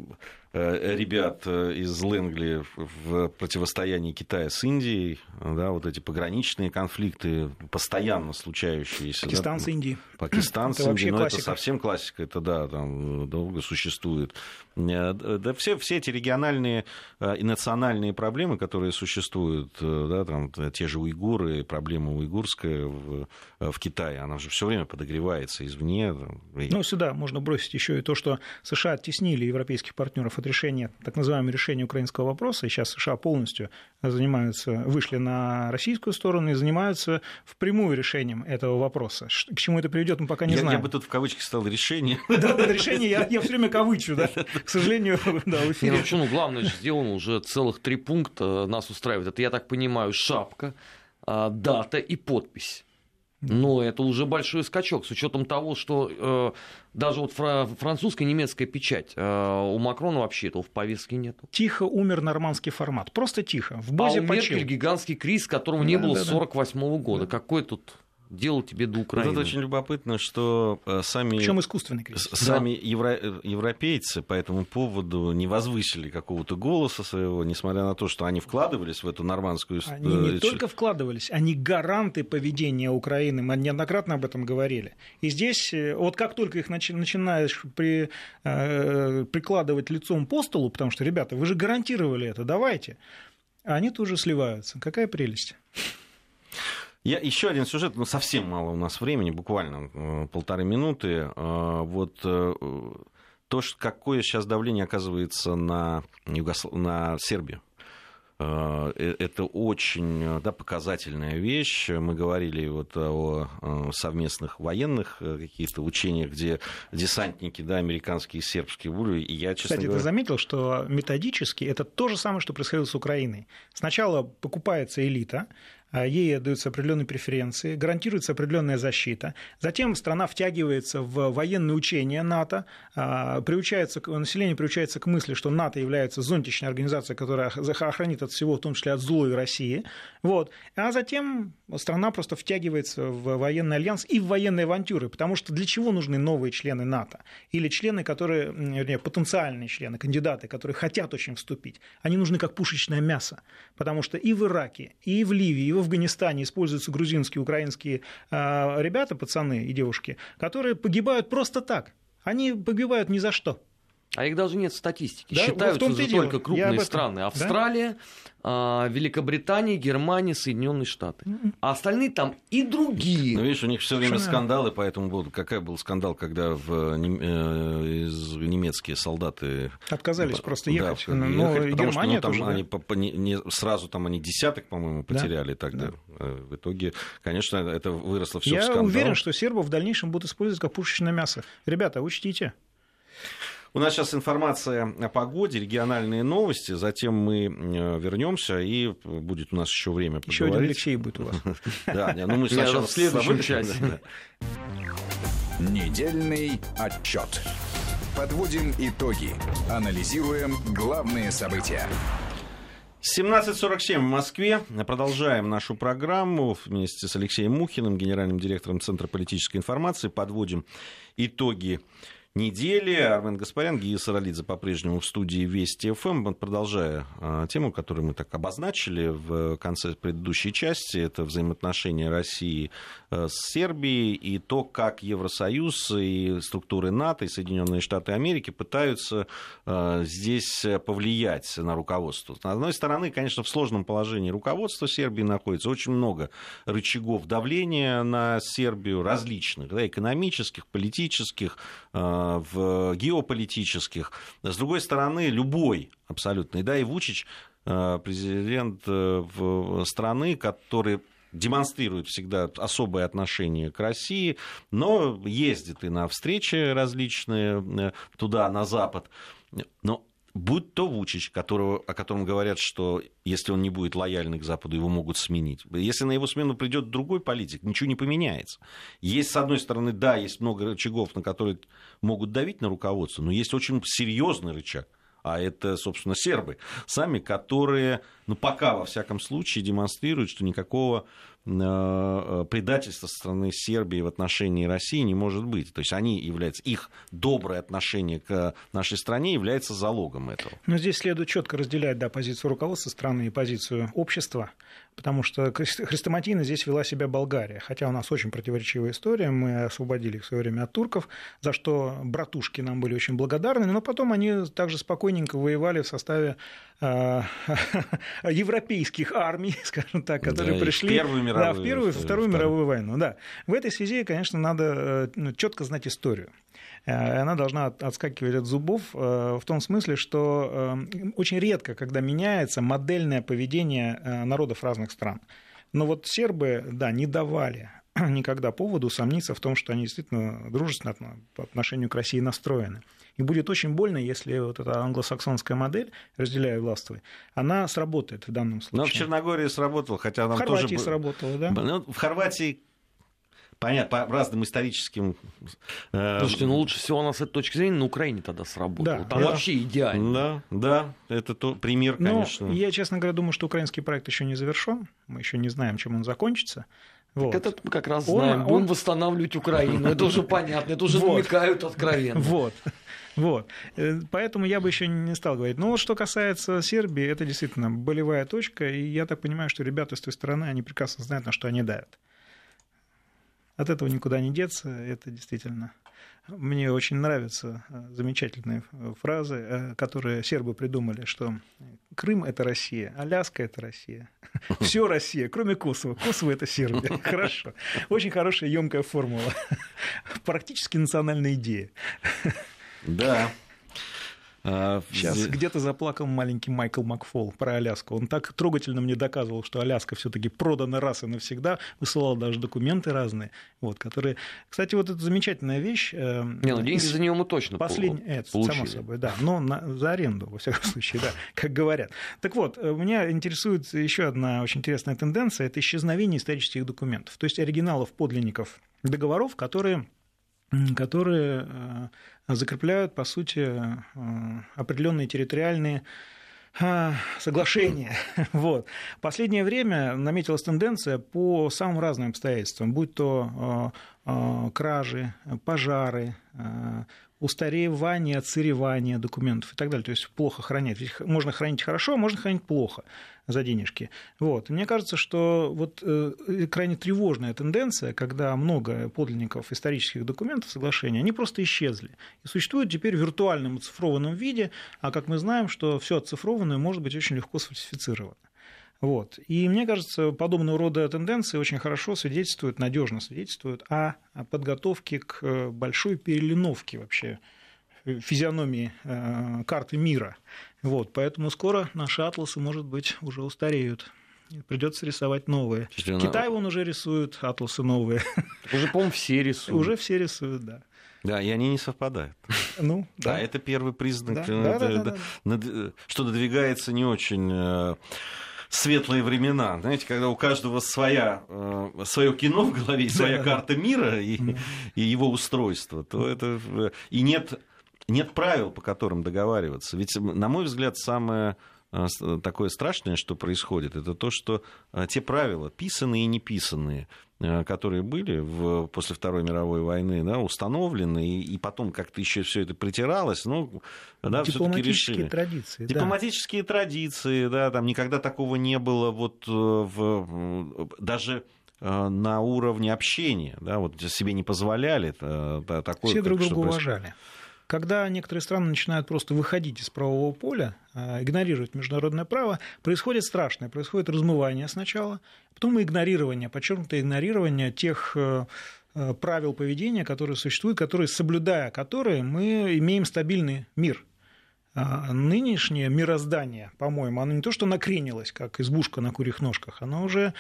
ребят из Лэнгли в противостоянии Китая с Индией, да, вот эти пограничные конфликты, постоянно случающиеся. Пакистан да, с Индией. Пакистан с это Индией, но классика. это совсем классика, это да, там долго существует. Да, все, все эти региональные и национальные проблемы, которые существуют, да, там, те же уйгуры, проблема уйгурская в, в Китае, она же все время подогревается извне. Там, и... Ну, сюда можно бросить еще и то, что США оттеснили европейских партнеров от решения, так называемого решения украинского вопроса, и сейчас США полностью занимаются, вышли на российскую сторону и занимаются впрямую решением этого вопроса. К чему это приведет, мы пока не я, знаем. Я бы тут в кавычках сказал решение. Да, да, решение, я, я все время кавычу, да, к сожалению, да, в эфире. Не, ну, почему, ну, главное же сделано, уже целых три пункта нас устраивает. Это, я так понимаю, шапка, дата и подпись. Но это уже большой скачок, с учетом того, что э, даже вот французская, немецкая печать, э, у Макрона вообще этого в повестке нету. Тихо умер нормандский формат, просто тихо, в Бозе а у почил. Меркель гигантский кризис, которого не да, было да, с сорок восьмого года. Да. Какой тут... дело тебе до Украины. Вот это очень любопытно, что сами, Причем искусственный кризис. сами да. евро, европейцы по этому поводу не возвысили какого-то голоса своего, несмотря на то, что они вкладывались в эту нормандскую... Они не только вкладывались, они гаранты поведения Украины, мы неоднократно об этом говорили. И здесь, вот как только их начинаешь при, э, прикладывать лицом по столу, потому что, ребята, вы же гарантировали это, давайте, они тут же сливаются. Какая прелесть. Я, еще один сюжет, ну, совсем мало у нас времени, буквально полторы минуты. Вот то, что, какое сейчас давление оказывается на, Югослав... на Сербию. Это очень, да, показательная вещь. Мы говорили вот о совместных военных каких-то учениях, где десантники, да, американские и сербские были. И я, честно Кстати, говоря... ты заметил, что методически это то же самое, что происходило с Украиной. Сначала покупается элита, ей отдаются определенные преференции, гарантируется определенная защита. Затем страна втягивается в военные учения НАТО, приучается, население приучается к мысли, что НАТО является зонтичной организацией, которая охранит от всего, в том числе от злой России. Вот. А затем страна просто втягивается в военный альянс и в военные авантюры, потому что для чего нужны новые члены НАТО? Или члены, которые, вернее, потенциальные члены, кандидаты, которые хотят очень вступить? Они нужны как пушечное мясо, потому что и в Ираке, и в Ливии, и в в Афганистане используются грузинские, украинские ребята, пацаны и девушки, которые погибают просто так. Они погибают ни за что. А их даже нет в статистике. Да, считаются же только крупные страны. Австралия, да? Великобритания, Германия, Соединенные Штаты. Mm-hmm. А остальные там и другие. Ну, видишь, у них все время Что скандалы по этому поводу. Какой был скандал, когда в, э, из, немецкие солдаты... Отказались просто ехать. Да, но ехать потому Германия что ну, там тоже, они да? по, не, не, сразу там они десяток, по-моему, потеряли да? тогда. Да. В итоге, конечно, это выросло все Я в скандал. Я уверен, что сербов в дальнейшем будут использовать как пушечное мясо. Ребята, учтите. У нас сейчас информация о погоде, региональные новости, затем мы вернемся, и будет у нас еще время поговорить. Еще один Алексей будет у вас. Да, ну мы сначала в следующем часе. Недельный отчет. Подводим итоги. Анализируем главные события. семнадцать сорок семь в Москве. Продолжаем нашу программу вместе с Алексеем Мухиным, генеральным директором Центра политической информации. Подводим итоги недели. Армен Гаспарян, Гия Саралидзе по-прежнему в студии Вести ФМ. Продолжая а, тему, которую мы так обозначили в конце предыдущей части, это взаимоотношения России а, с Сербией и то, как Евросоюз и структуры НАТО и Соединенные Штаты Америки пытаются а, здесь повлиять на руководство. С одной стороны, конечно, в сложном положении руководство Сербии находится. Очень много рычагов давления на Сербию различных, да, экономических, политических, в геополитических. С другой стороны, любой абсолютно, да, и Вучич, президент страны, который демонстрирует всегда особое отношение к России, но ездит и на встречи различные туда, на Запад. Но будь то Вучич, которого, о котором говорят, что если он не будет лояльный к Западу, его могут сменить. Если на его смену придет другой политик, ничего не поменяется. Есть, с одной стороны, да, есть много рычагов, на которые могут давить на руководство, но есть очень серьезный рычаг. А это, собственно, сербы сами, которые, ну, пока, во всяком случае, демонстрируют, что никакого э, предательства со стороны Сербии в отношении России не может быть. То есть они являются, их доброе отношение к нашей стране является залогом этого. Но здесь следует четко разделять, да, позицию руководства страны и позицию общества, потому что хрестоматийно здесь вела себя Болгария, хотя у нас очень противоречивая история, мы освободили их в свое время от турков, за что братушки нам были очень благодарны, но потом они также спокойненько воевали в составе э, европейских армий, скажем так, которые да, пришли в Первую мировую, да, в Первую и Вторую мировую войну. Да. В этой связи, конечно, надо ну, четко знать историю. Она должна отскакивать от зубов в том смысле, что очень редко, когда меняется модельное поведение народов разных стран. Но вот сербы, да, не давали никогда поводу сомниться в том, что они действительно дружественно по отношению к России настроены. И будет очень больно, если вот эта англосаксонская модель, разделяя властвуй, она сработает в данном случае. Но в Черногории сработало, хотя там в Хорватии тоже... сработало, да? Ну, в Хорватии... Понятно, по разным историческим... Слушайте, ну лучше всего у нас с этой точки зрения на Украине тогда сработало. Да, там да. вообще идеально. Да, да, это то, пример, конечно. Но я, честно говоря, думаю, что украинский проект еще не завершен. Мы еще не знаем, чем он закончится. Вот. Так это мы как раз он, знаем. он... Будем восстанавливать Украину. Это уже понятно. Это уже намекают откровенно. Вот. Вот. Поэтому я бы еще не стал говорить. Но вот что касается Сербии, это действительно болевая точка. И я так понимаю, что ребята с той стороны, они прекрасно знают, на что они давят. От этого никуда не деться. Это действительно... Мне очень нравятся замечательные фразы, которые сербы придумали, что Крым – это Россия, Аляска – это Россия, все Россия, кроме Косово. Косово – это Сербия. Хорошо. Очень хорошая, емкая формула. Практически национальная идея. Да. Сейчас где-то заплакал маленький Майкл Макфол про Аляску. Он так трогательно мне доказывал, что Аляска все-таки продана раз и навсегда, высылал даже документы разные, вот, которые... Кстати, вот это замечательная вещь. Не, ну деньги за нее мы точно Послед... это, получили. Само собой, да, но на... за аренду, во всяком случае, да, как говорят. Так вот, меня интересует еще одна очень интересная тенденция, это исчезновение исторических документов, то есть оригиналов, подлинников договоров, которые... которые закрепляют, по сути, определенные территориальные соглашения. Вот. В последнее время наметилась тенденция по самым разным обстоятельствам, будь то кражи, пожары, устаревание, отсыревание документов и так далее. То есть плохо хранять. Ведь можно хранить хорошо, а можно хранить плохо за денежки. Вот. И мне кажется, что вот э, крайне тревожная тенденция, когда много подлинников исторических документов, соглашений, они просто исчезли. И существуют теперь в виртуальном оцифрованном виде, а как мы знаем, что все оцифрованное может быть очень легко сфальсифицировано. Вот. И мне кажется, подобного рода тенденции очень хорошо свидетельствуют, надежно свидетельствуют о подготовке к большой перелиновке вообще физиономии карты мира. Вот. Поэтому скоро наши атласы, может быть, уже устареют. Придется рисовать новые. Что, Китай вон уже рисует атласы новые. Уже, по-моему, все рисуют. Уже все рисуют, да. Да, и они не совпадают. Ну, да. Да, это первый признак, да, да, да, да, да. что надвигается не очень светлые времена. Знаете, когда у каждого своя, свое кино в голове, своя да, карта да. мира и, да. и его устройство, то это... И нет, нет правил, по которым договариваться. Ведь, на мой взгляд, самое такое страшное, что происходит, это то, что те правила, писанные и неписанные, которые были в, после Второй мировой войны, да, установлены, и, и потом как-то еще все это притиралось, ну, да, все-таки решили. Традиции, Дипломатические да. традиции, да, там никогда такого не было, вот в, даже на уровне общения, да, вот себе не позволяли. Да, такое, все друг друга чтобы... уважали. Когда некоторые страны начинают просто выходить из правового поля, игнорировать международное право, происходит страшное. Происходит размывание сначала, потом игнорирование, подчеркнутое игнорирование тех правил поведения, которые существуют, которые, соблюдая которые, мы имеем стабильный мир. Нынешнее мироздание, по-моему, оно не то, что накренилось, как избушка на курьих ножках, оно уже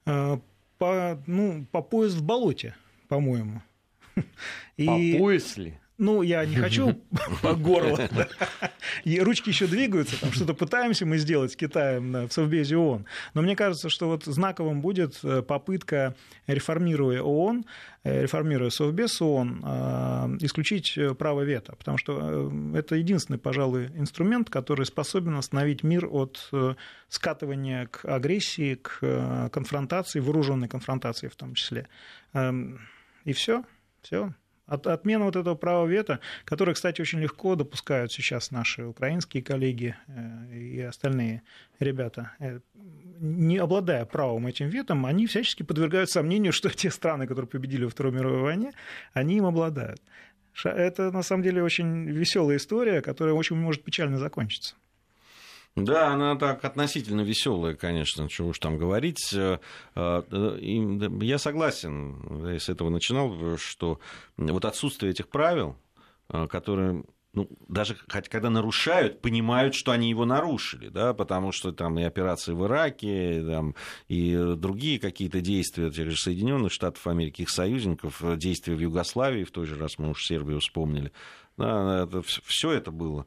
по, ну, по пояс в болоте, по-моему. И... По пояс ли? Ну, я не хочу по горло. И ручки еще двигаются, там что-то пытаемся мы сделать с Китаем в Совбезе ООН. Но мне кажется, что вот знаковым будет попытка, реформируя ООН, реформируя Совбез ООН, исключить право вето. Потому что это единственный, пожалуй, инструмент, который способен остановить мир от скатывания к агрессии, к конфронтации, вооруженной конфронтации в том числе. И все, все. От, отмена вот этого права вето, которое, кстати, очень легко допускают сейчас наши украинские коллеги э, и остальные ребята, э, не обладая правом этим ветом, они всячески подвергают сомнению, что те страны, которые победили во Второй мировой войне, они им обладают. Это, на самом деле, очень веселая история, которая очень может печально закончиться. Да, она так относительно веселая, конечно, чего уж там говорить. Я согласен, я с этого начинал, что вот отсутствие этих правил, которые, ну, даже когда нарушают, понимают, что они его нарушили, да, потому что там и операции в Ираке, там, и другие какие-то действия тех же Соединенных Штатов Америки, их союзников, действия в Югославии, в той же раз мы уж Сербию вспомнили, да, это, все это было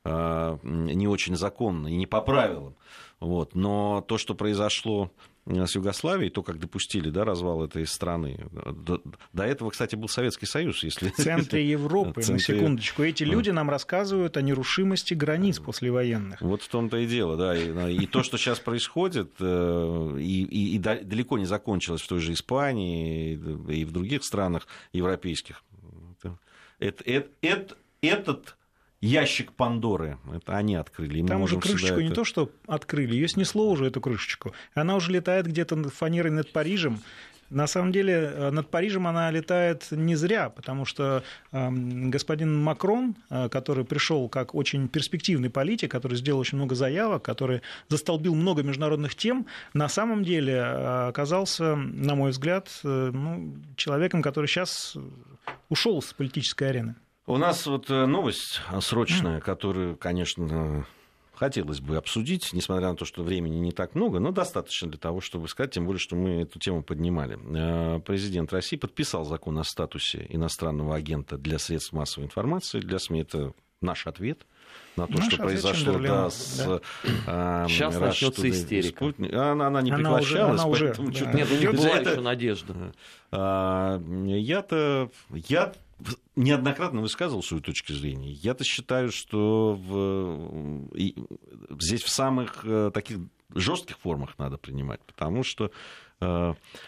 не очень законно и не по правилам. Вот. Но то, что произошло с Югославией, то, как допустили, да, развал этой страны. До, до этого, кстати, был Советский Союз. Если... В центре Европы, в центре... на секундочку. Эти люди нам рассказывают о нерушимости границ послевоенных. Вот в том-то и дело, да. И, и то, что сейчас происходит, и, и, и далеко не закончилось в той же Испании и в других странах европейских. Это, это, это, этот... Ящик Пандоры, это они открыли. Там уже крышечку не это... то, что открыли, ее снесло уже, эту крышечку. Она уже летает где-то фанерой над Парижем. На самом деле над Парижем она летает не зря, потому что э, господин Макрон, э, который пришел как очень перспективный политик, который сделал очень много заявок, который застолбил много международных тем, на самом деле оказался, на мой взгляд, э, ну, человеком, который сейчас ушел с политической арены. У нас вот новость срочная, которую, конечно, хотелось бы обсудить, несмотря на то, что времени не так много, но достаточно для того, чтобы сказать, тем более, что мы эту тему поднимали. Президент России подписал закон о статусе иностранного агента для средств массовой информации. Для СМИ это наш ответ на то, наш что произошло, да, с... Да. А, сейчас начнется истерика. Она, она не она прекращалась. Уже, она уже, да. Нет, у них была это... еще надежда. А, я-то... Я... неоднократно высказывал свою точку зрения. Я-то считаю, что в... и... здесь в самых таких жестких формах надо принимать, потому что...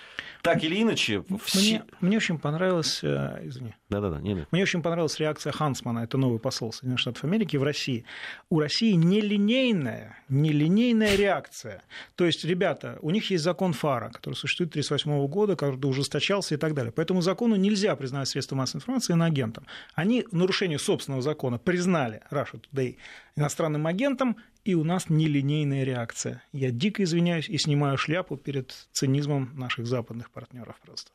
так или иначе... Мне, мне очень понравилась... Извини. Да-да-да. Не, не. Мне очень понравилась реакция Хансмана, это новый посол Соединенных Штатов Америки в России. У России нелинейная, нелинейная реакция. То есть, ребята, у них есть закон ФАРа, который существует с тысяча девятьсот тридцать восьмого года, который ужесточался и так далее. По этому закону нельзя признавать средства массовой информации иноагентом. Они нарушение собственного закона признали Russia Today иностранным агентом, и у нас нелинейная реакция. Я дико извиняюсь и снимаю шляпу перед цинизмом наших западных партнеров просто.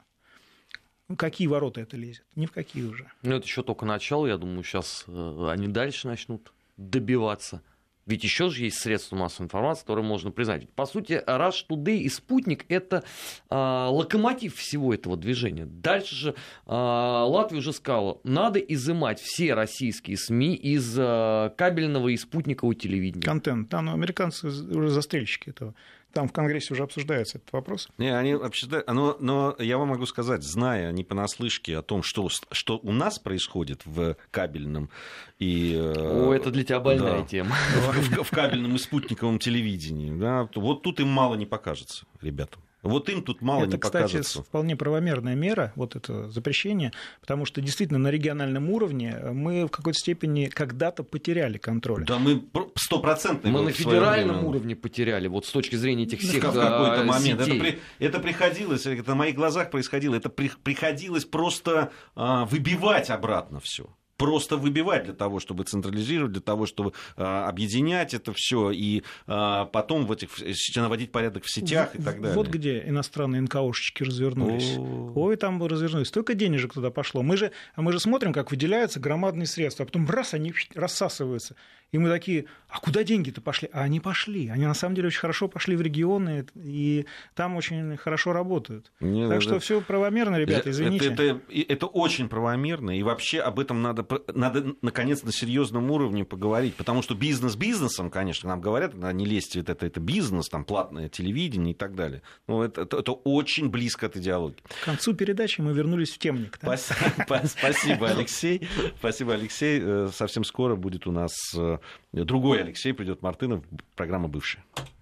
Ну, какие ворота это лезет? Ни в какие уже. Ну, это еще только начало, я думаю, сейчас они дальше начнут добиваться. Ведь еще же есть средства массовой информации, которые можно признать. По сути, Russia Today и Спутник — это э, локомотив всего этого движения. Дальше же э, Латвия уже сказала, надо изымать все российские СМИ из э, кабельного и спутникового телевидения. Контент. Да, но американцы уже застрельщики этого. Там в Конгрессе уже обсуждается этот вопрос. Не, они обсуждают, но, но я вам могу сказать, зная не понаслышке о том, что, что у нас происходит в кабельном и... О, это для тебя больная да, тема. В, в кабельном и спутниковом телевидении. Да, вот тут им мало не покажется, ребятам. Вот им тут мало это, не покажется. Это, кстати, вполне правомерная мера, вот это запрещение, потому что действительно на региональном уровне мы в какой-то степени когда-то потеряли контроль. Да мы стопроцентно. Мы на федеральном время... уровне потеряли, вот с точки зрения этих всех в какой-то момент. Сетей. Это, при, это приходилось, это на моих глазах происходило, это при, приходилось просто а, выбивать обратно все. Просто выбивать для того, чтобы централизировать, для того, чтобы а, объединять это все и а, потом в этих, наводить порядок в сетях и так далее. Вот где иностранные эн ка о-шечки развернулись. О-о-о. Ой, там развернулись. Столько денежек туда пошло. Мы же, мы же смотрим, как выделяются громадные средства, а потом раз, они рассасываются. И мы такие, а куда деньги-то пошли? А они пошли. Они на самом деле очень хорошо пошли в регионы, и там очень хорошо работают. Не, так да, что да. Все правомерно, ребята, извините. Это, это, это очень правомерно, и вообще об этом надо, надо наконец на серьезном уровне поговорить, потому что бизнес бизнесом, конечно, нам говорят, не лезьте, это, это бизнес, там платное телевидение и так далее. Но это, это, это очень близко от идеологии. К концу передачи мы вернулись в темник. Да? Спасибо, Алексей. Спасибо, Алексей. Совсем скоро будет у нас другой Алексей, придет Мартынов, программа «Бывшая».